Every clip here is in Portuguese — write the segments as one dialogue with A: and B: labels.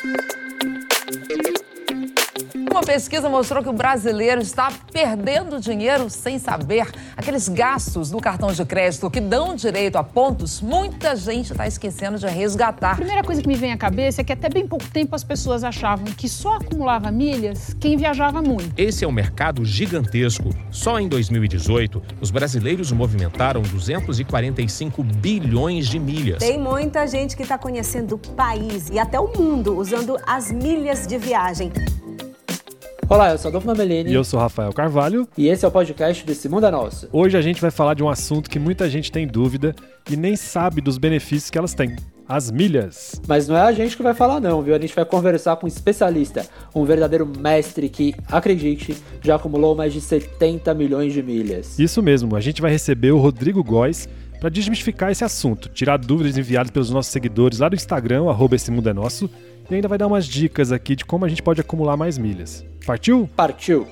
A: Uma pesquisa mostrou que o brasileiro está perdendo dinheiro sem saber. Aqueles gastos do cartão de crédito que dão direito a pontos, muita gente está esquecendo de resgatar.
B: A primeira coisa que me vem à cabeça é que até bem pouco tempo as pessoas achavam que só acumulava milhas quem viajava muito.
C: Esse é um mercado gigantesco. Só em 2018, os brasileiros movimentaram 245 bilhões de milhas.
D: Tem muita gente que está conhecendo o país e até o mundo usando as milhas de viagem.
E: Olá, eu sou Adolfo Nomelini.
F: E eu sou Rafael Carvalho.
E: E esse é o podcast desse Mundo é Nosso.
F: Hoje a gente vai falar de um assunto que muita gente tem dúvida e nem sabe dos benefícios que elas têm. As milhas.
E: Mas não é a gente que vai falar não, viu? A gente vai conversar com um especialista, um verdadeiro mestre que, acredite, já acumulou mais de 70 milhões de milhas.
F: Isso mesmo, a gente vai receber o Rodrigo Góes para desmistificar esse assunto, tirar dúvidas enviadas pelos nossos seguidores lá do Instagram, @essemundoenosso, e ainda vai dar umas dicas aqui de como a gente pode acumular mais milhas. Partiu?
E: Partiu!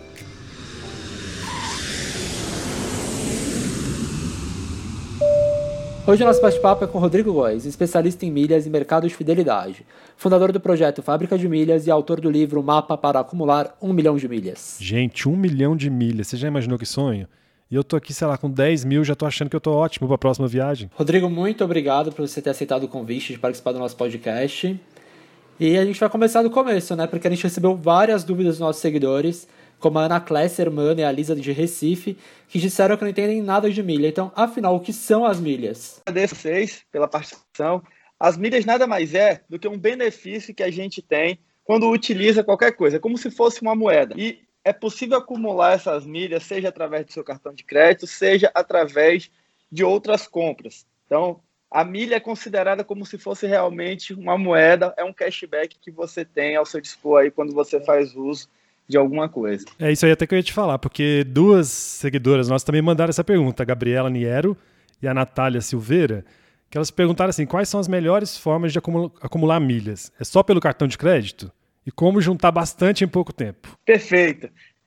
E: Hoje o nosso bate-papo é com Rodrigo Góes, especialista em milhas e mercado de fidelidade, fundador do projeto Fábrica de Milhas e autor do livro Mapa para Acumular 1 milhão de milhas.
F: Gente, 1 milhão de milhas, você já imaginou que sonho? E eu tô aqui, sei lá, com 10 mil, já tô achando que eu tô ótimo para a próxima viagem.
E: Rodrigo, muito obrigado por você ter aceitado o convite de participar do nosso podcast. E a gente vai começar do começo, né? Porque a gente recebeu várias dúvidas dos nossos seguidores, como a Ana Klesser, mano, e a Lisa de Recife, que disseram que não entendem nada de milha. Então, afinal, o que são as milhas?
G: Agradeço a vocês pela participação. As milhas nada mais é do que um benefício que a gente tem quando utiliza qualquer coisa, é como se fosse uma moeda. E é possível acumular essas milhas, seja através do seu cartão de crédito, seja através de outras compras. Então, a milha é considerada como se fosse realmente uma moeda, é um cashback que você tem ao seu dispor aí quando você faz uso de alguma coisa.
F: É isso aí até que eu ia te falar, porque duas seguidoras nossas também mandaram essa pergunta, a Gabriela Niero e a Natália Silveira, que elas perguntaram assim, quais são as melhores formas de acumular milhas? É só pelo cartão de crédito? E como juntar bastante em pouco tempo?
G: Perfeito.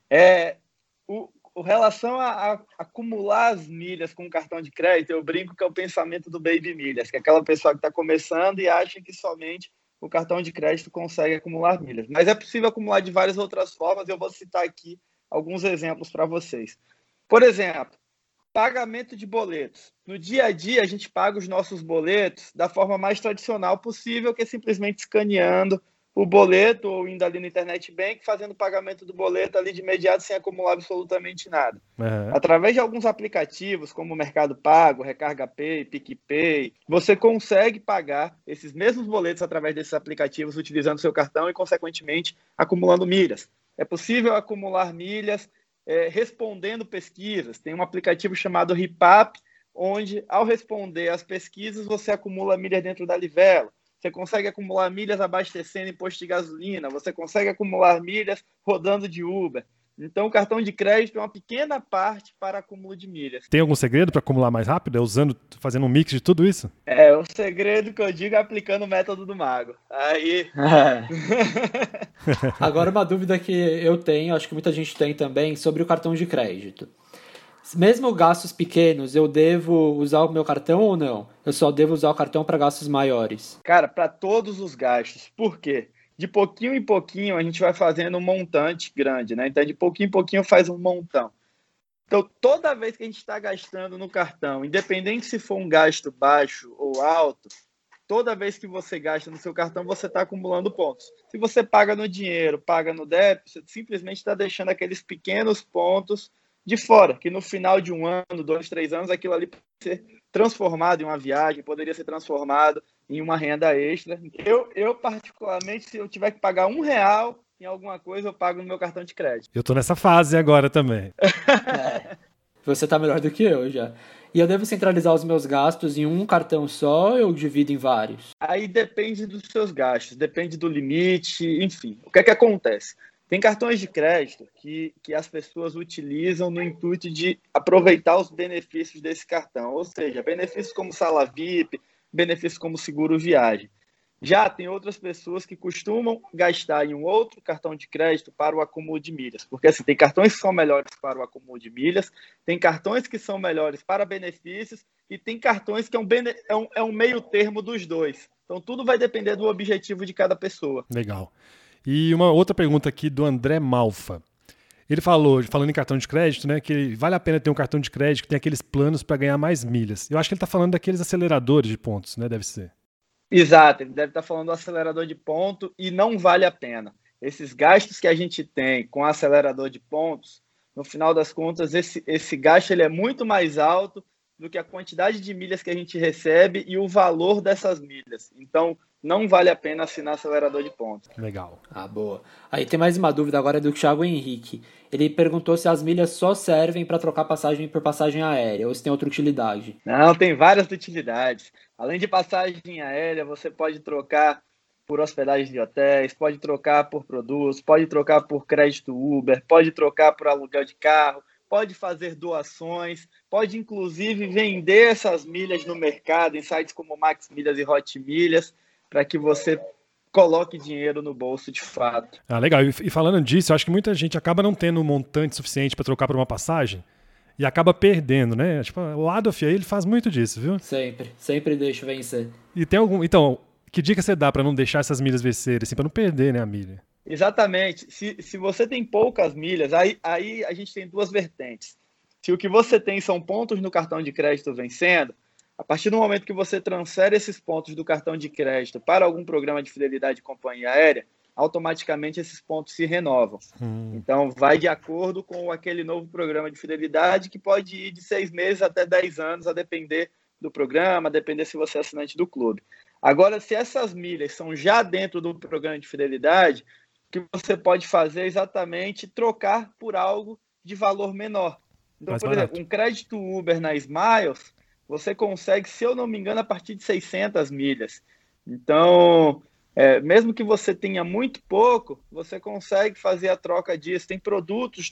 G: O relação a acumular as milhas com o cartão de crédito, eu brinco que é o pensamento do Baby Milhas, que é aquela pessoa que está começando e acha que somente o cartão de crédito consegue acumular milhas. Mas é possível acumular de várias outras formas, e eu vou citar aqui alguns exemplos para vocês. Por exemplo, pagamento de boletos. No dia a dia, a gente paga os nossos boletos da forma mais tradicional possível, que é simplesmente escaneando o boleto ou indo ali no Internet Bank, fazendo o pagamento do boleto ali de imediato sem acumular absolutamente nada.
F: Uhum.
G: Através de alguns aplicativos, como o Mercado Pago, Recarga Pay, PicPay, você consegue pagar esses mesmos boletos através desses aplicativos, utilizando seu cartão e, consequentemente, acumulando milhas. É possível acumular milhas respondendo pesquisas. Tem um aplicativo chamado Ripap, onde, ao responder às pesquisas, você acumula milhas dentro da Livelo. Você consegue acumular milhas abastecendo em posto de gasolina, você consegue acumular milhas rodando de Uber. Então, o cartão de crédito é uma pequena parte para acúmulo de milhas.
F: Tem algum segredo para acumular mais rápido? Fazendo um mix de tudo isso?
G: O segredo que eu digo é aplicando o método do mago. Aí...
E: Agora, uma dúvida que eu tenho, acho que muita gente tem também, sobre o cartão de crédito. Mesmo gastos pequenos, eu devo usar o meu cartão ou não? Eu só devo usar o cartão para gastos maiores?
G: Cara, para todos os gastos. Por quê? De pouquinho em pouquinho a gente vai fazendo um montante grande, né? Então, de pouquinho em pouquinho faz um montão. Então, toda vez que a gente está gastando no cartão, independente se for um gasto baixo ou alto, toda vez que você gasta no seu cartão, você está acumulando pontos. Se você paga no dinheiro, paga no débito, você simplesmente está deixando aqueles pequenos pontos de fora, que no final de 1 ano, 2, 3 anos, aquilo ali pode ser transformado em uma viagem, poderia ser transformado em uma renda extra. Eu particularmente, se eu tiver que pagar R$1 em alguma coisa, eu pago no meu cartão de crédito.
F: Eu tô nessa fase agora também.
E: Você tá melhor do que eu já. E eu devo centralizar os meus gastos em um cartão só ou eu divido em vários?
G: Aí depende dos seus gastos, depende do limite, enfim. O que é que acontece? Tem cartões de crédito que as pessoas utilizam no intuito de aproveitar os benefícios desse cartão, ou seja, benefícios como sala VIP, benefícios como seguro viagem. Já tem outras pessoas que costumam gastar em um outro cartão de crédito para o acúmulo de milhas, porque assim, tem cartões que são melhores para o acúmulo de milhas, tem cartões que são melhores para benefícios e tem cartões que é um meio termo dos dois. Então, tudo vai depender do objetivo de cada pessoa.
F: Legal. E uma outra pergunta aqui do André Malfa. Ele falando em cartão de crédito, né, que vale a pena ter um cartão de crédito que tem aqueles planos para ganhar mais milhas. Eu acho que ele está falando daqueles aceleradores de pontos, né? Deve ser.
G: Exato, ele deve estar falando do acelerador de ponto e não vale a pena. Esses gastos que a gente tem com acelerador de pontos, no final das contas, esse gasto ele é muito mais alto do que a quantidade de milhas que a gente recebe e o valor dessas milhas. Então, não vale a pena assinar acelerador de pontos.
F: Legal.
E: Ah, boa. Aí tem mais uma dúvida agora do Thiago Henrique. Ele perguntou se as milhas só servem para trocar passagem por passagem aérea ou se tem outra utilidade.
G: Não, tem várias utilidades. Além de passagem aérea, você pode trocar por hospedagem de hotéis, pode trocar por produtos, pode trocar por crédito Uber, pode trocar por aluguel de carro, pode fazer doações, pode inclusive vender essas milhas no mercado, em sites como Max Milhas e Hot Milhas, para que você coloque dinheiro no bolso de fato.
F: Ah, legal. E falando disso, eu acho que muita gente acaba não tendo um montante suficiente para trocar por uma passagem e acaba perdendo, né? Tipo, o Adolf aí, ele faz muito disso, viu?
E: Sempre deixo vencer.
F: E tem algum... Então, que dica você dá para não deixar essas milhas vencerem, assim, para não perder, né, a milha?
G: Exatamente. Se você tem poucas milhas, aí a gente tem duas vertentes. Se o que você tem são pontos no cartão de crédito vencendo, a partir do momento que você transfere esses pontos do cartão de crédito para algum programa de fidelidade de companhia aérea, automaticamente esses pontos se renovam. Então, vai de acordo com aquele novo programa de fidelidade que pode ir de 6 meses até 10 anos, a depender do programa, a depender se você é assinante do clube. Agora, se essas milhas são já dentro do programa de fidelidade, o que você pode fazer é exatamente trocar por algo de valor menor. Então,
F: Mais
G: por
F: barato.
G: exemplo, um crédito Uber na Smiles, você consegue, se eu não me engano, a partir de 600 milhas. Então, mesmo que você tenha muito pouco, você consegue fazer a troca disso. Tem produtos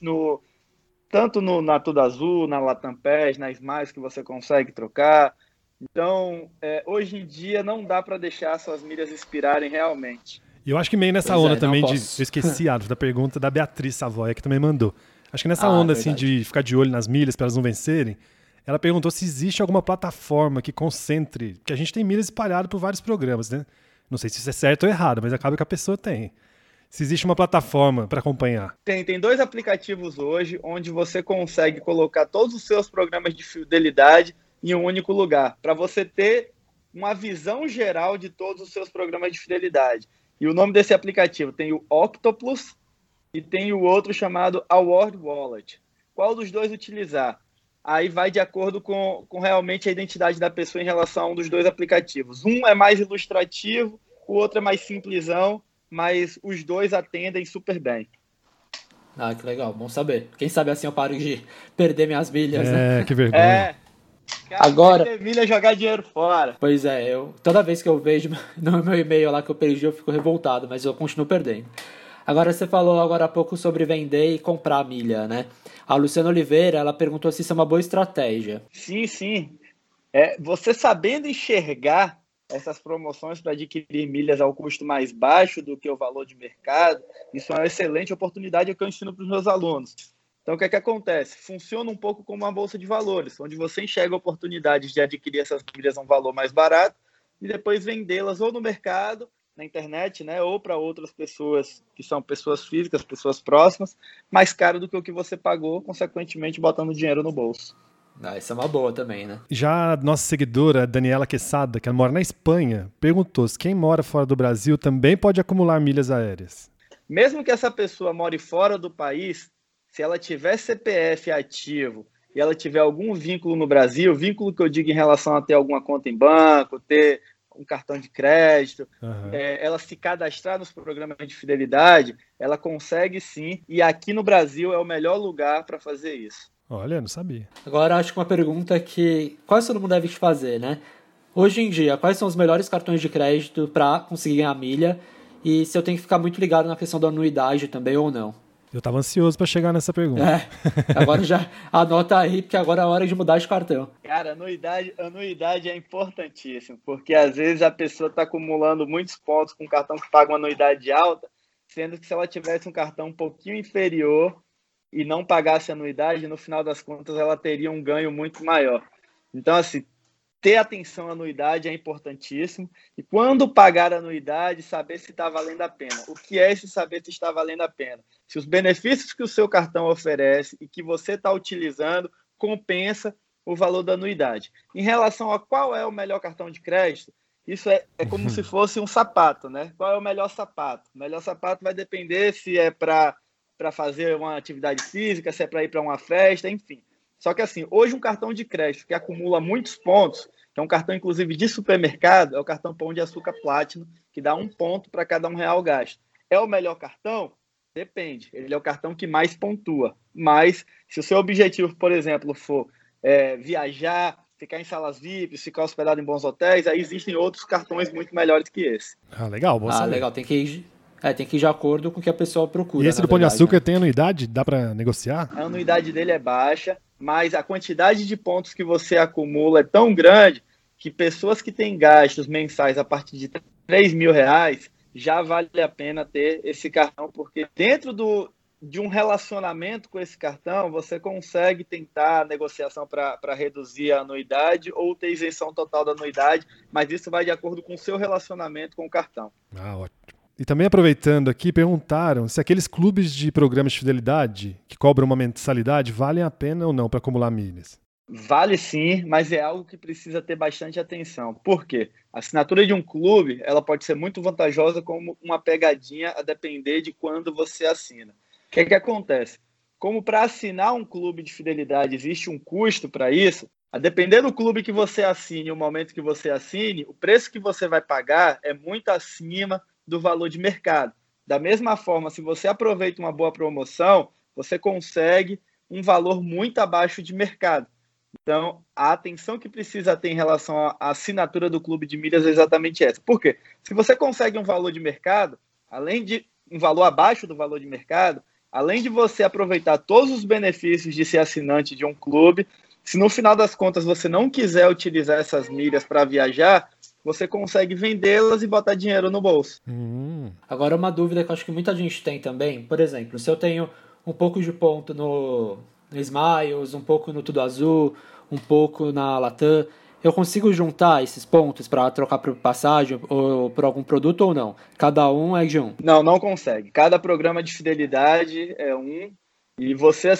G: tanto na Tudo Azul, na Latam PES, na Smiles, que você consegue trocar. Então, hoje em dia, não dá para deixar suas milhas expirarem realmente.
F: E eu acho que meio nessa
E: Pois
F: onda
E: é,
F: também
E: não
F: de...
E: posso.
F: Eu esqueci, Adolf, da pergunta da Beatriz Savoia, que também mandou. Acho que nessa onda, assim,
E: verdade.
F: de ficar de olho nas milhas para elas não vencerem, ela perguntou se existe alguma plataforma que concentre... Porque a gente tem milhas espalhadas por vários programas, né? Não sei se isso é certo ou errado, mas acaba que a pessoa tem. Se existe uma plataforma para acompanhar.
G: Tem 2 aplicativos hoje onde você consegue colocar todos os seus programas de fidelidade em um único lugar, para você ter uma visão geral de todos os seus programas de fidelidade. E o nome desse aplicativo tem o Octopus e tem o outro chamado Award Wallet. Qual dos dois utilizar? Aí vai de acordo com realmente a identidade da pessoa em relação a um dos 2 aplicativos. Um é mais ilustrativo, o outro é mais simplesão, mas os 2 atendem super bem.
E: Ah, que legal, bom saber. Quem sabe assim eu paro de perder minhas milhas, né?
F: Que vergonha.
G: Cara,
E: Agora-
G: perder milha é jogar dinheiro fora.
E: Pois é, toda vez que eu vejo no meu e-mail lá que eu perdi, eu fico revoltado, mas eu continuo perdendo. Agora, você falou agora há pouco sobre vender e comprar milha, né? A Luciana Oliveira, ela perguntou se isso é uma boa estratégia.
G: Sim. Você sabendo enxergar essas promoções para adquirir milhas ao custo mais baixo do que o valor de mercado, isso é uma excelente oportunidade que eu ensino para os meus alunos. Então, o que acontece? Funciona um pouco como uma bolsa de valores, onde você enxerga oportunidades de adquirir essas milhas a um valor mais barato e depois vendê-las ou no mercado, na internet, né, ou para outras pessoas que são pessoas físicas, pessoas próximas, mais caro do que o que você pagou, consequentemente botando dinheiro no bolso.
E: Ah, isso é uma boa também, né?
F: Já a nossa seguidora, Daniela Quesada, que ela mora na Espanha, perguntou se quem mora fora do Brasil também pode acumular milhas aéreas.
G: Mesmo que essa pessoa more fora do país, se ela tiver CPF ativo e ela tiver algum vínculo no Brasil, vínculo que eu digo em relação a ter alguma conta em banco, ter um cartão de crédito, ela se cadastrar nos programas de fidelidade, ela consegue sim, e aqui no Brasil é o melhor lugar para fazer isso.
F: Olha, não sabia.
E: Agora, acho que uma pergunta que quase todo mundo deve te fazer, né? Hoje em dia, quais são os melhores cartões de crédito para conseguir ganhar milha? E se eu tenho que ficar muito ligado na questão da anuidade também ou não?
F: Eu tava ansioso para chegar nessa pergunta.
E: Agora já anota aí, porque agora é a hora de mudar de cartão.
G: Cara, anuidade é importantíssimo, porque às vezes a pessoa está acumulando muitos pontos com um cartão que paga uma anuidade alta, sendo que se ela tivesse um cartão um pouquinho inferior e não pagasse anuidade, no final das contas ela teria um ganho muito maior. Então, assim, ter atenção à anuidade é importantíssimo. E quando pagar a anuidade, saber se está valendo a pena. O que é esse saber se está valendo a pena? Se os benefícios que o seu cartão oferece e que você está utilizando compensa o valor da anuidade. Em relação a qual é o melhor cartão de crédito, isso é como se fosse um sapato, né? Qual é o melhor sapato? O melhor sapato vai depender se é para fazer uma atividade física, se é para ir para uma festa, enfim. Só que assim, hoje um cartão de crédito que acumula muitos pontos, que é um cartão inclusive de supermercado, é o cartão Pão de Açúcar Platinum, que dá 1 ponto para cada R$1 gasto. É o melhor cartão? Depende. Ele é o cartão que mais pontua. Mas se o seu objetivo, por exemplo, for viajar, ficar em salas VIPs, ficar hospedado em bons hotéis, aí existem outros cartões muito melhores que esse.
F: Legal.
E: Legal. Tem que ir de acordo com o que a pessoa procura.
F: E esse do Pão de Açúcar tem anuidade? Dá para negociar?
G: A anuidade dele é baixa, mas a quantidade de pontos que você acumula é tão grande que pessoas que têm gastos mensais a partir de R$3.000 já vale a pena ter esse cartão, porque dentro de um relacionamento com esse cartão, você consegue tentar a negociação para reduzir a anuidade ou ter isenção total da anuidade, mas isso vai de acordo com o seu relacionamento com o cartão.
F: Ótimo. E também aproveitando aqui, perguntaram se aqueles clubes de programas de fidelidade que cobram uma mensalidade valem a pena ou não para acumular milhas.
G: Vale sim, mas é algo que precisa ter bastante atenção. Por quê? A assinatura de um clube ela pode ser muito vantajosa como uma pegadinha a depender de quando você assina. O que é que acontece? Como para assinar um clube de fidelidade existe um custo para isso, a depender do clube que você assine, o momento que você assine, o preço que você vai pagar é muito acima do valor de mercado. Da mesma forma, se você aproveita uma boa promoção, você consegue um valor muito abaixo de mercado. Então, a atenção que precisa ter em relação à assinatura do clube de milhas é exatamente essa. Por quê? Se você consegue um valor de mercado, além de um valor abaixo do valor de mercado, além de você aproveitar todos os benefícios de ser assinante de um clube, se no final das contas você não quiser utilizar essas milhas para viajar, você consegue vendê-las e botar dinheiro no bolso.
E: Agora, uma dúvida que eu acho que muita gente tem também, por exemplo, se eu tenho um pouco de ponto no Smiles, um pouco no Tudo Azul, um pouco na Latam, eu consigo juntar esses pontos para trocar por passagem ou por algum produto ou não? Cada um é de um?
G: Não consegue. Cada programa de fidelidade é um. E você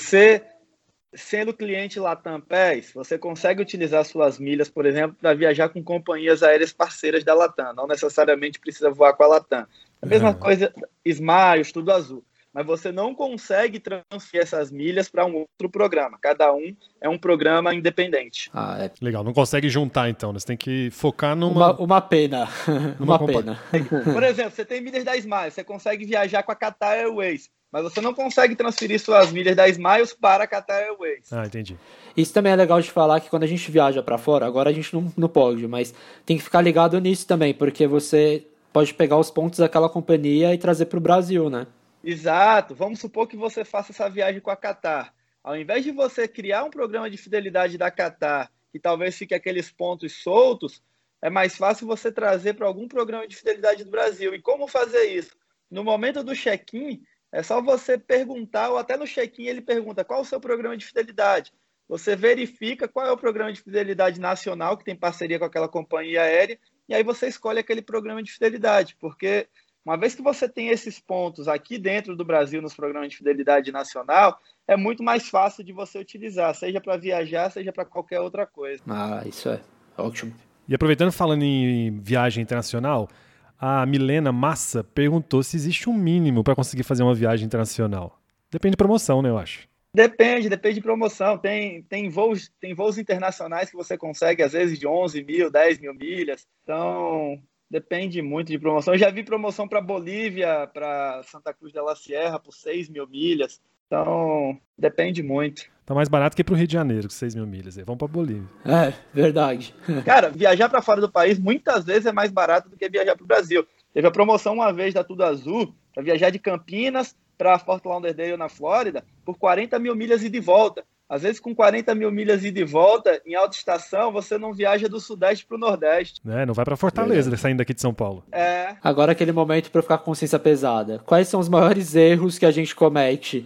G: sendo cliente Latam PES, você consegue utilizar suas milhas, por exemplo, para viajar com companhias aéreas parceiras da Latam. Não necessariamente precisa voar com a Latam. A mesma coisa, Smiles, Tudo Azul. Mas você não consegue transferir essas milhas para um outro programa. Cada um é um programa independente.
F: Legal, não consegue juntar então, você tem que focar numa...
E: Uma pena. Uma pena.
G: Por exemplo, você tem milhas da Smiles, você consegue viajar com a Qatar Airways, mas você não consegue transferir suas milhas da Smiles para a Qatar Airways.
F: Entendi.
E: Isso também é legal de falar que quando a gente viaja para fora, agora a gente não pode, mas tem que ficar ligado nisso também, porque você pode pegar os pontos daquela companhia e trazer para o Brasil, né?
G: Exato. Vamos supor que você faça essa viagem com a Qatar. Ao invés de você criar um programa de fidelidade da Qatar, que talvez fique aqueles pontos soltos, é mais fácil você trazer para algum programa de fidelidade do Brasil. E como fazer isso? No momento do check-in, é só você perguntar, ou até no check-in ele pergunta qual é o seu programa de fidelidade. Você verifica qual é o programa de fidelidade nacional que tem parceria com aquela companhia aérea, e aí você escolhe aquele programa de fidelidade, porque uma vez que você tem esses pontos aqui dentro do Brasil nos programas de fidelidade nacional, é muito mais fácil de você utilizar, seja para viajar, seja para qualquer outra coisa.
E: Isso é ótimo.
F: E aproveitando, falando em viagem internacional, a Milena Massa perguntou se existe um mínimo para conseguir fazer uma viagem internacional. Depende de promoção, né, eu acho.
G: Depende de promoção. Tem voos internacionais que você consegue, às vezes, de 11 mil, 10 mil milhas. Então, depende muito de promoção. Eu já vi promoção para Bolívia, para Santa Cruz de la Sierra, por 6 mil milhas. Então, depende muito.
F: Tá mais barato que pro Rio de Janeiro, com 6 mil milhas. Vamos pra Bolívia.
E: Verdade.
G: Cara, viajar para fora do país muitas vezes é mais barato do que viajar pro Brasil. Teve a promoção uma vez da Tudo Azul, para viajar de Campinas para Fort Lauderdale, na Flórida, por 40 mil milhas ida e volta. Às vezes, com 40 mil milhas ida e volta, em alta estação, você não viaja do Sudeste para o Nordeste.
F: Não vai para Fortaleza, saindo daqui de São Paulo.
E: Agora aquele momento para ficar com consciência pesada. Quais são os maiores erros que a gente comete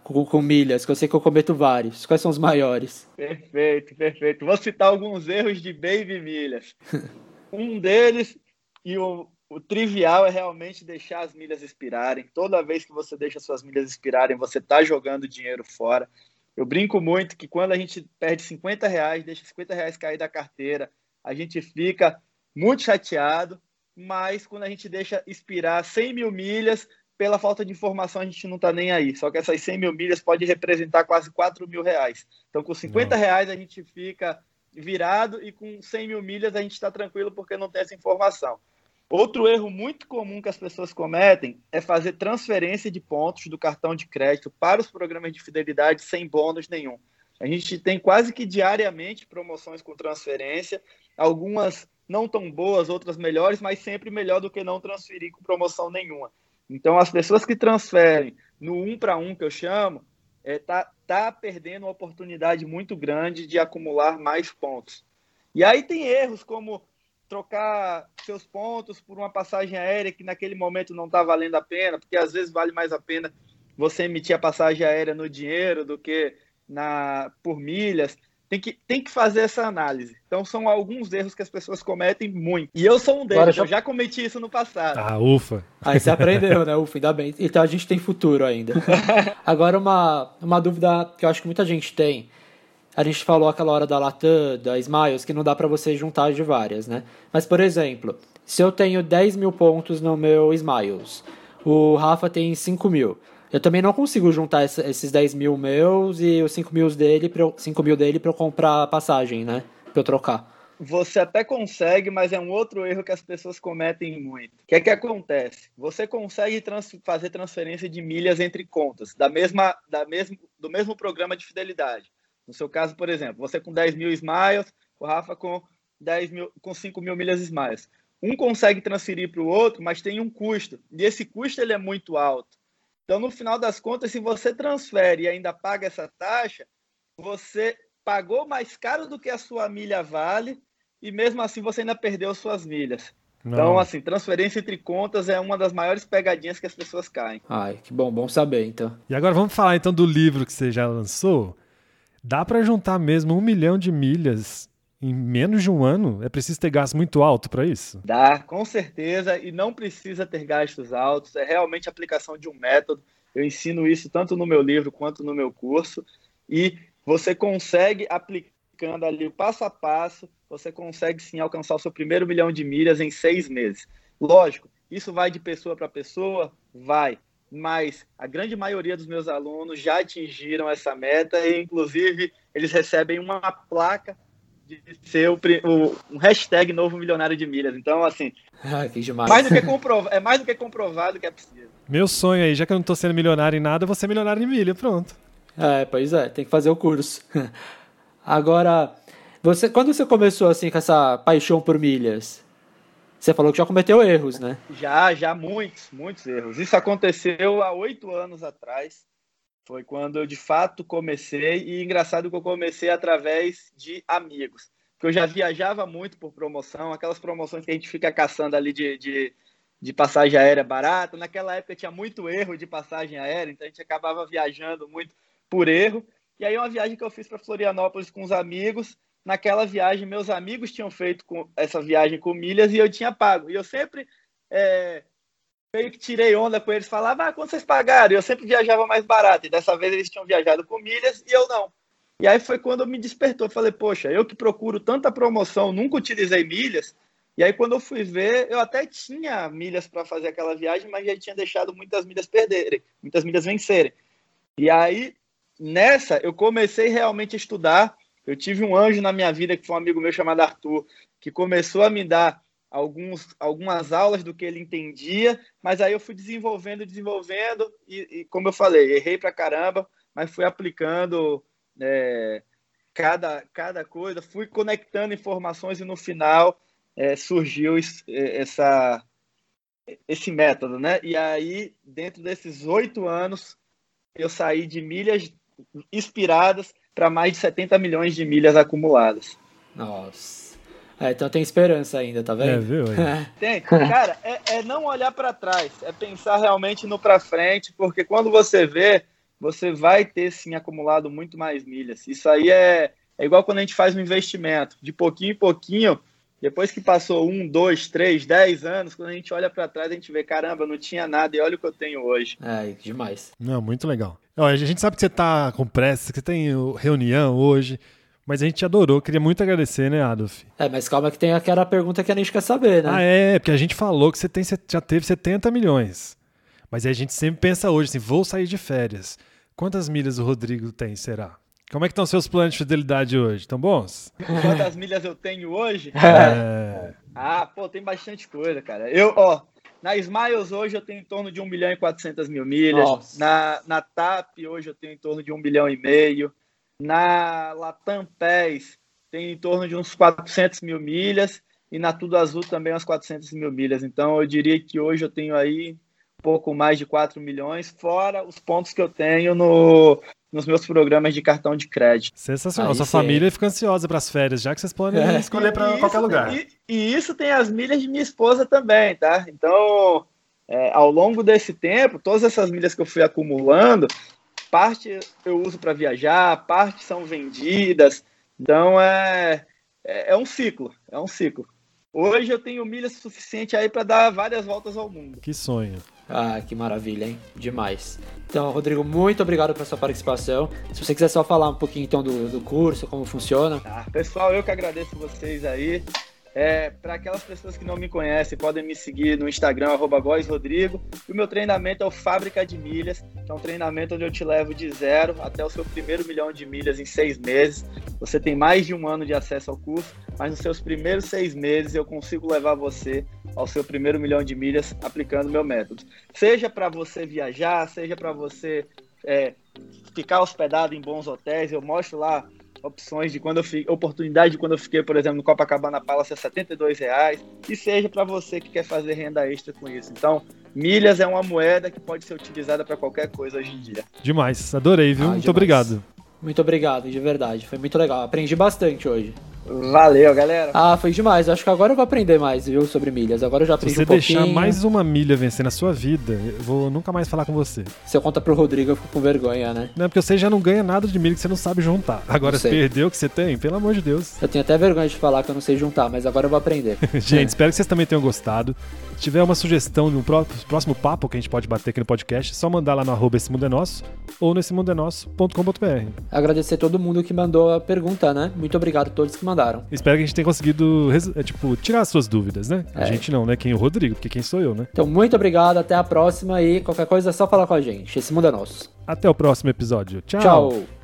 E: com milhas, que eu sei que eu cometo vários. Quais são os maiores?
G: Perfeito. Vou citar alguns erros de baby milhas. Um deles, e o trivial, é realmente deixar as milhas expirarem. Toda vez que você deixa suas milhas expirarem, você está jogando dinheiro fora. Eu brinco muito que quando a gente perde R$50, deixa R$50 cair da carteira, a gente fica muito chateado, mas quando a gente deixa expirar 100 mil milhas, pela falta de informação a gente não está nem aí. Só que essas 100 mil milhas pode representar quase R$4.000. Então com R$50 a gente fica virado e com 100 mil milhas a gente está tranquilo porque não tem essa informação. Outro erro muito comum que as pessoas cometem é fazer transferência de pontos do cartão de crédito para os programas de fidelidade sem bônus nenhum. A gente tem quase que diariamente promoções com transferência, algumas não tão boas, outras melhores, mas sempre melhor do que não transferir com promoção nenhuma. Então, as pessoas que transferem no 1 para 1, que eu chamo, tá perdendo uma oportunidade muito grande de acumular mais pontos. E aí tem erros como trocar seus pontos por uma passagem aérea que naquele momento não está valendo a pena, porque às vezes vale mais a pena você emitir a passagem aérea no dinheiro do que por milhas. Tem que fazer essa análise. Então são alguns erros que as pessoas cometem muito. E eu sou um deles, eu já cometi isso no passado.
F: Ah, ufa.
E: Aí você aprendeu, né? Ufa, ainda bem. Então a gente tem futuro ainda. Agora uma dúvida que eu acho que muita gente tem. A gente falou aquela hora da Latam, da Smiles, que não dá para você juntar de várias, né? Mas, por exemplo, se eu tenho 10 mil pontos no meu Smiles, o Rafa tem 5 mil. Eu também não consigo juntar esses 10 mil meus e os 5 mil dele para eu comprar passagem, né? Para eu trocar.
G: Você até consegue, mas é um outro erro que as pessoas cometem muito. O que é que acontece? Você consegue fazer transferência de milhas entre contas do mesmo programa de fidelidade. No seu caso, por exemplo, você com 10 mil Smiles, o Rafa com 5 mil milhas Smiles. Um consegue transferir para o outro, mas tem um custo. E esse custo ele é muito alto. Então, no final das contas, se você transfere e ainda paga essa taxa, você pagou mais caro do que a sua milha vale e mesmo assim você ainda perdeu suas milhas. Não. Então, assim, transferência entre contas é uma das maiores pegadinhas que as pessoas caem.
E: Ai, que bom saber, então.
F: E agora vamos falar, então, do livro que você já lançou. Dá para juntar mesmo 1 milhão de milhas em menos de um ano? É preciso ter gasto muito alto para isso?
G: Dá, com certeza, e não precisa ter gastos altos. É realmente a aplicação de um método. Eu ensino isso tanto no meu livro quanto no meu curso. E você consegue, aplicando ali o passo a passo, você consegue sim alcançar o seu primeiro 1 milhão de milhas em 6 meses. Lógico, isso vai de pessoa para pessoa? Vai. Mas a grande maioria dos meus alunos já atingiram essa meta e, inclusive, eles recebem uma placa de ser um hashtag novo milionário de milhas. Então, assim,
E: que demais.
G: É mais do que comprovado que é possível.
F: Meu sonho aí, já que eu não estou sendo milionário em nada, eu vou ser milionário em milha, pronto.
E: Pois é, tem que fazer o curso. Agora, quando você começou assim com essa paixão por milhas? Você falou que já cometeu erros, né?
G: Já, muitos erros. Isso aconteceu há 8 anos atrás. Foi quando eu, de fato, comecei. E engraçado que eu comecei através de amigos. Porque eu já viajava muito por promoção. Aquelas promoções que a gente fica caçando ali de passagem aérea barata. Naquela época tinha muito erro de passagem aérea. Então a gente acabava viajando muito por erro. E aí uma viagem que eu fiz para Florianópolis com os amigos. Naquela viagem, meus amigos tinham feito essa viagem com milhas e eu tinha pago. E eu sempre meio que tirei onda com eles, falava, quanto vocês pagaram? E eu sempre viajava mais barato. E dessa vez eles tinham viajado com milhas e eu não. E aí foi quando me despertou. Falei, poxa, eu que procuro tanta promoção, nunca utilizei milhas. E aí quando eu fui ver, eu até tinha milhas para fazer aquela viagem, mas já tinha deixado muitas milhas perderem, muitas milhas vencerem. E aí, nessa, eu comecei realmente a estudar. Eu tive um anjo na minha vida, que foi um amigo meu chamado Arthur, que começou a me dar algumas aulas do que ele entendia, mas aí eu fui desenvolvendo e como eu falei, errei pra caramba, mas fui aplicando cada coisa, fui conectando informações e no final surgiu esse método, né? E aí, dentro desses 8 anos, eu saí de milhas expiradas para mais de 70 milhões de milhas acumuladas.
E: Nossa. Então tem esperança ainda, tá vendo?
F: Viu?
G: Tem. Cara, é não olhar para trás, é pensar realmente no para frente, porque quando você vê, você vai ter sim acumulado muito mais milhas. Isso aí é igual quando a gente faz um investimento, de pouquinho em pouquinho, depois que passou 1, 2, 3, 10 anos, quando a gente olha para trás, a gente vê, caramba, eu não tinha nada e olha o que eu tenho hoje.
E: Demais.
F: Não, muito legal. Olha, a gente sabe que você tá com pressa, que você tem reunião hoje, mas a gente te adorou, queria muito agradecer, né, Adolf?
E: Mas calma que tem aquela pergunta que a gente quer saber, né?
F: Porque a gente falou que você já teve 70 milhões. Mas aí a gente sempre pensa hoje, assim, vou sair de férias. Quantas milhas o Rodrigo tem, será? Como é que estão seus planos de fidelidade hoje? Estão bons?
G: Quantas milhas eu tenho hoje? Tem bastante coisa, cara. Na Smiles hoje eu tenho em torno de 1.400.000 milhas. Na TAP hoje eu tenho em torno de 1,5 milhão. Na Latam PES tem em torno de uns 400.000 milhas. E na Tudo Azul também umas 400.000 milhas. Então eu diria que hoje eu tenho aí pouco mais de 4 milhões, fora os pontos que eu tenho nos meus programas de cartão de crédito.
F: Sensacional. Sua família fica ansiosa para as férias, já que vocês podem escolher para qualquer lugar.
G: E isso tem as milhas de minha esposa também, tá? Então, ao longo desse tempo, todas essas milhas que eu fui acumulando, parte eu uso para viajar, parte são vendidas. Então, é um ciclo. Hoje eu tenho milhas suficiente aí para dar várias voltas ao mundo.
F: Que sonho.
E: Que maravilha, hein? Demais. Então, Rodrigo, muito obrigado pela sua participação. Se você quiser só falar um pouquinho então do curso, como funciona.
G: Pessoal, eu que agradeço vocês aí. Para aquelas pessoas que não me conhecem, podem me seguir no Instagram, @GóisRodrigo. E o meu treinamento é o Fábrica de Milhas, que é um treinamento onde eu te levo de 0 até o seu primeiro 1 milhão de milhas em 6 meses. Você tem mais de 1 ano de acesso ao curso, mas nos seus primeiros 6 meses eu consigo levar você ao seu primeiro 1 milhão de milhas aplicando o meu método. Seja para você viajar, seja para você ficar hospedado em bons hotéis, eu mostro lá opções de oportunidade de quando eu fiquei, por exemplo, no Copacabana Palace a R$72, e seja para você que quer fazer renda extra com isso. Então, milhas é uma moeda que pode ser utilizada para qualquer coisa hoje em dia.
F: Demais, adorei, viu? Muito obrigado.
E: Muito obrigado, de verdade, foi muito legal, aprendi bastante hoje.
G: Valeu, galera.
E: Foi demais. Acho que agora eu vou aprender mais, viu, sobre milhas. Agora eu já aprendi um pouquinho.
F: Se você deixar mais uma milha vencer na sua vida, eu vou nunca mais falar com você.
E: Se eu contar pro Rodrigo, eu fico com vergonha, né?
F: Não, porque você já não ganha nada de milha que você não sabe juntar. Agora, se perdeu o que você tem, pelo amor de Deus.
E: Eu tenho até vergonha de falar que eu não sei juntar, mas agora eu vou aprender.
F: Gente, espero que vocês também tenham gostado. Se tiver uma sugestão de um próximo papo que a gente pode bater aqui no podcast, é só mandar lá no @Esse Mundo é Nosso ou no essemundenosso.com.br.
E: Agradecer a todo mundo que mandou a pergunta, né? Muito obrigado a todos que mandaram.
F: Espero que a gente tenha conseguido tirar as suas dúvidas, né? A gente não, né? Quem é o Rodrigo, porque quem sou eu, né?
E: Então, muito obrigado, até a próxima e qualquer coisa é só falar com a gente. Esse Mundo é Nosso.
F: Até o próximo episódio. Tchau!
E: Tchau!